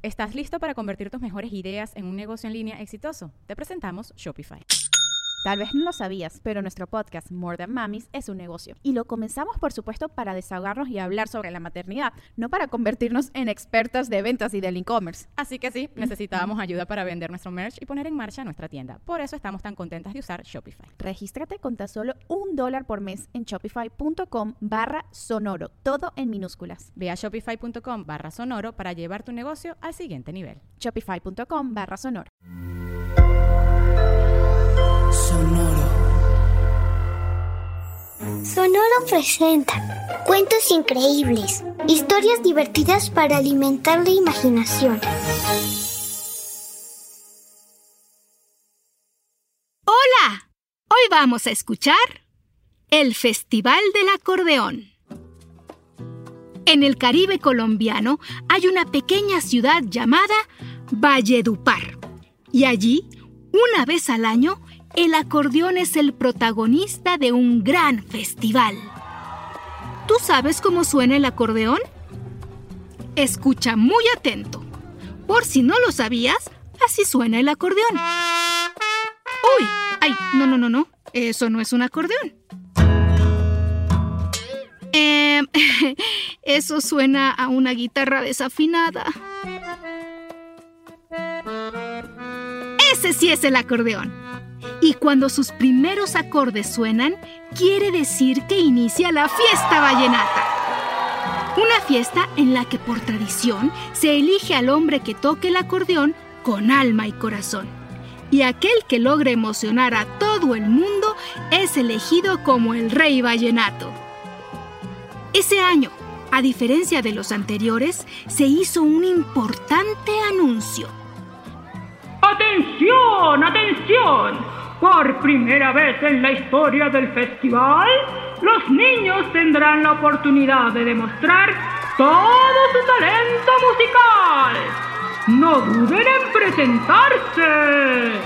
¿Estás listo para convertir tus mejores ideas en un negocio en línea exitoso? Te presentamos Shopify. Tal vez no lo sabías, pero nuestro podcast More Than Mamis es un negocio. Y lo comenzamos, por supuesto, para desahogarnos y hablar sobre la maternidad, no para convertirnos en expertas de ventas y del e-commerce. Así que sí, necesitábamos ayuda para vender nuestro merch y poner en marcha nuestra tienda. Por eso estamos tan contentas de usar Shopify. Regístrate con tan solo $1 por mes en shopify.com/sonoro, todo en minúsculas. Ve a shopify.com/sonoro para llevar tu negocio al siguiente nivel. Shopify.com/sonoro. Sonoro presenta cuentos increíbles, historias divertidas para alimentar la imaginación. ¡Hola! Hoy vamos a escuchar el Festival del Acordeón. En el Caribe colombiano hay una pequeña ciudad llamada Valledupar. Y allí, una vez al año, el acordeón es el protagonista de un gran festival. ¿Tú sabes cómo suena el acordeón? Escucha muy atento. Por si no lo sabías, así suena el acordeón. ¡Uy! ¡Ay! No. Eso no es un acordeón. Eso suena a una guitarra desafinada. Ese sí es el acordeón. Y cuando sus primeros acordes suenan, quiere decir que inicia la fiesta vallenata. Una fiesta en la que por tradición se elige al hombre que toque el acordeón con alma y corazón. Y aquel que logre emocionar a todo el mundo es elegido como el rey vallenato. Ese año, a diferencia de los anteriores, se hizo un importante anuncio. ¡Atención, atención! Por primera vez en la historia del festival, los niños tendrán la oportunidad de demostrar todo su talento musical. ¡No duden en presentarse!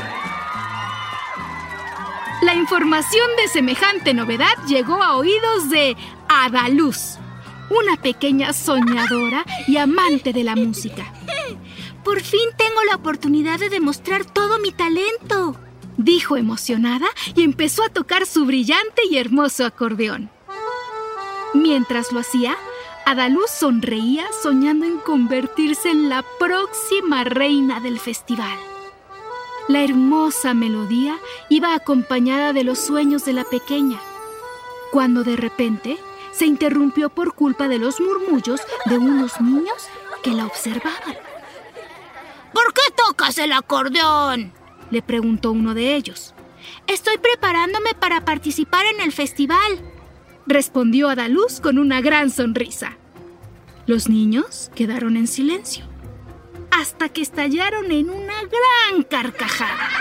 La información de semejante novedad llegó a oídos de Adaluz, una pequeña soñadora y amante de la música. Por fin tengo la oportunidad de demostrar todo mi talento, dijo emocionada y empezó a tocar su brillante y hermoso acordeón. Mientras lo hacía, Adaluz sonreía soñando en convertirse en la próxima reina del festival. La hermosa melodía iba acompañada de los sueños de la pequeña, cuando de repente se interrumpió por culpa de los murmullos de unos niños que la observaban. ¿Por qué tocas el acordeón?, le preguntó uno de ellos. Estoy preparándome para participar en el festival, respondió Adaluz con una gran sonrisa. Los niños quedaron en silencio, hasta que estallaron en una gran carcajada.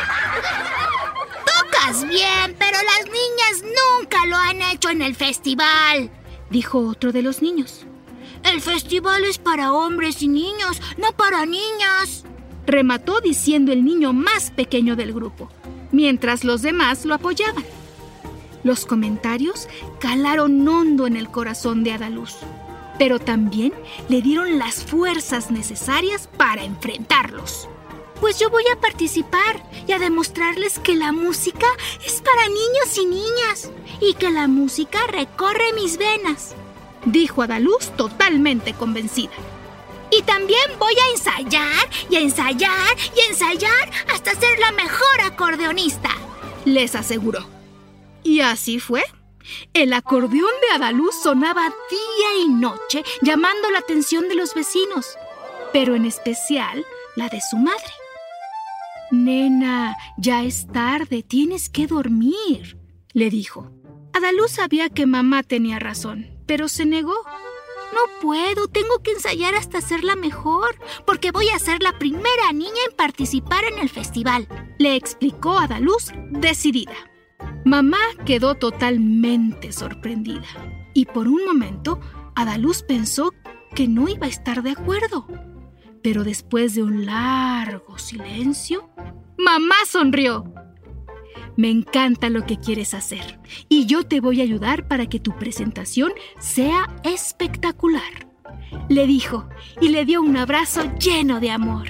Tocas bien, pero las niñas nunca lo han hecho en el festival, dijo otro de los niños. El festival es para hombres y niños, no para niñas, remató diciendo el niño más pequeño del grupo, mientras los demás lo apoyaban. Los comentarios calaron hondo en el corazón de Adaluz, pero también le dieron las fuerzas necesarias para enfrentarlos. Pues yo voy a participar y a demostrarles que la música es para niños y niñas y que la música recorre mis venas, dijo Adaluz totalmente convencida. Y también voy a ensayar y a ensayar y a ensayar hasta ser la mejor acordeonista, les aseguró. Y así fue. El acordeón de Adaluz sonaba día y noche, llamando la atención de los vecinos, pero en especial la de su madre. Nena, ya es tarde, tienes que dormir, le dijo. Adaluz sabía que mamá tenía razón, pero se negó. No puedo, tengo que ensayar hasta ser la mejor, porque voy a ser la primera niña en participar en el festival, le explicó Adaluz decidida. Mamá quedó totalmente sorprendida y por un momento Adaluz pensó que no iba a estar de acuerdo. Pero después de un largo silencio, mamá sonrió. Me encanta lo que quieres hacer y yo te voy a ayudar para que tu presentación sea espectacular. le dijo y le dio un abrazo lleno de amor.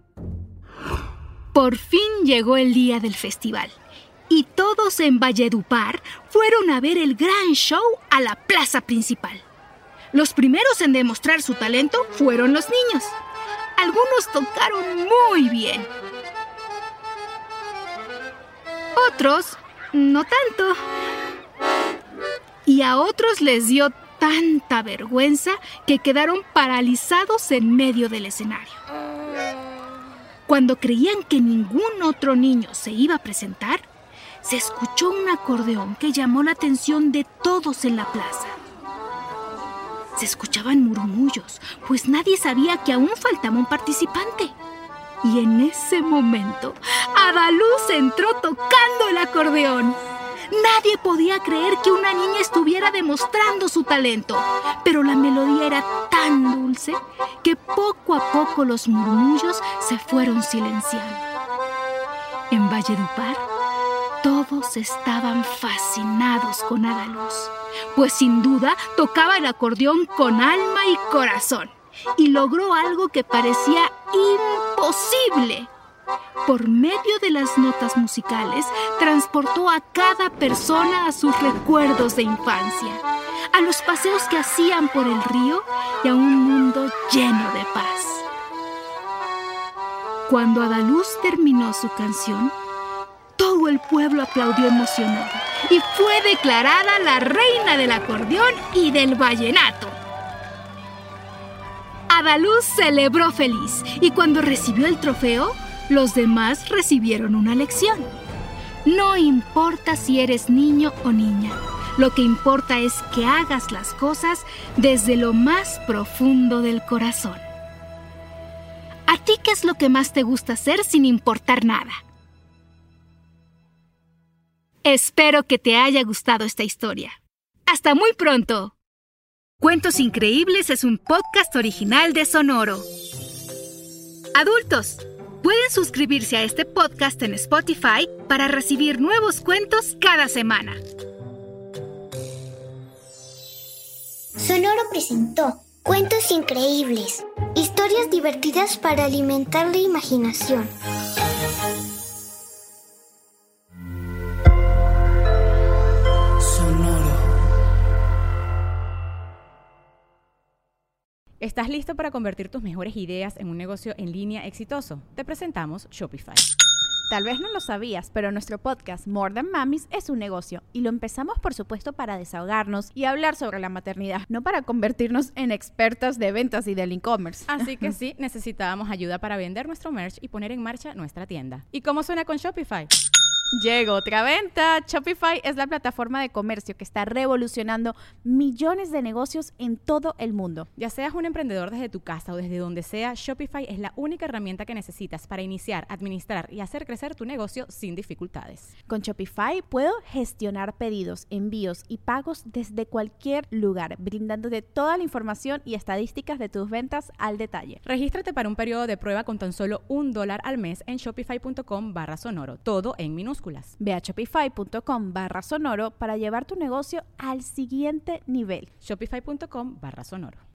Por fin llegó el día del festival y todos en Valledupar fueron a ver el gran show a la plaza principal. Los primeros en demostrar su talento fueron los niños. Algunos tocaron muy bien. Otros, no tanto. Y a otros les dio tanta vergüenza que quedaron paralizados en medio del escenario. Cuando creían que ningún otro niño se iba a presentar, se escuchó un acordeón que llamó la atención de todos en la plaza. Se escuchaban murmullos, pues nadie sabía que aún faltaba un participante. Y en ese momento, Adaluz entró tocando el acordeón. Nadie podía creer que una niña estuviera demostrando su talento, pero la melodía era tan dulce que poco a poco los murmullos se fueron silenciando. En Valledupar, todos estaban fascinados con Adaluz, pues sin duda tocaba el acordeón con alma y corazón y logró algo que parecía imposible. Por medio de las notas musicales, transportó a cada persona a sus recuerdos de infancia, a los paseos que hacían por el río y a un mundo lleno de paz. Cuando Adaluz terminó su canción, todo el pueblo aplaudió emocionado y fue declarada la reina del acordeón y del vallenato. Adaluz celebró feliz y cuando recibió el trofeo, los demás recibieron una lección. No importa si eres niño o niña, lo que importa es que hagas las cosas desde lo más profundo del corazón. ¿A ti qué es lo que más te gusta hacer sin importar nada? Espero que te haya gustado esta historia. ¡Hasta muy pronto! Cuentos Increíbles es un podcast original de Sonoro. Adultos, pueden suscribirse a este podcast en Spotify para recibir nuevos cuentos cada semana. Sonoro presentó Cuentos Increíbles, historias divertidas para alimentar la imaginación. ¿Estás listo para convertir tus mejores ideas en un negocio en línea exitoso? Te presentamos Shopify. Tal vez no lo sabías, pero nuestro podcast More Than Mamis es un negocio y lo empezamos por supuesto para desahogarnos y hablar sobre la maternidad, no para convertirnos en expertas de ventas y del e-commerce. Así que sí, necesitábamos ayuda para vender nuestro merch y poner en marcha nuestra tienda. ¿Y cómo suena con Shopify? Llegó otra venta. Shopify es la plataforma de comercio que está revolucionando millones de negocios en todo el mundo. Ya seas un emprendedor desde tu casa o desde donde sea, Shopify es la única herramienta que necesitas para iniciar, administrar y hacer crecer tu negocio sin dificultades. Con Shopify puedo gestionar pedidos, envíos y pagos desde cualquier lugar, brindándote toda la información y estadísticas de tus ventas al detalle. Regístrate para un periodo de prueba con tan solo $1 al mes en shopify.com/sonoro, todo en minúsculas. Ve a shopify.com/sonoro para llevar tu negocio al siguiente nivel. Shopify.com/sonoro.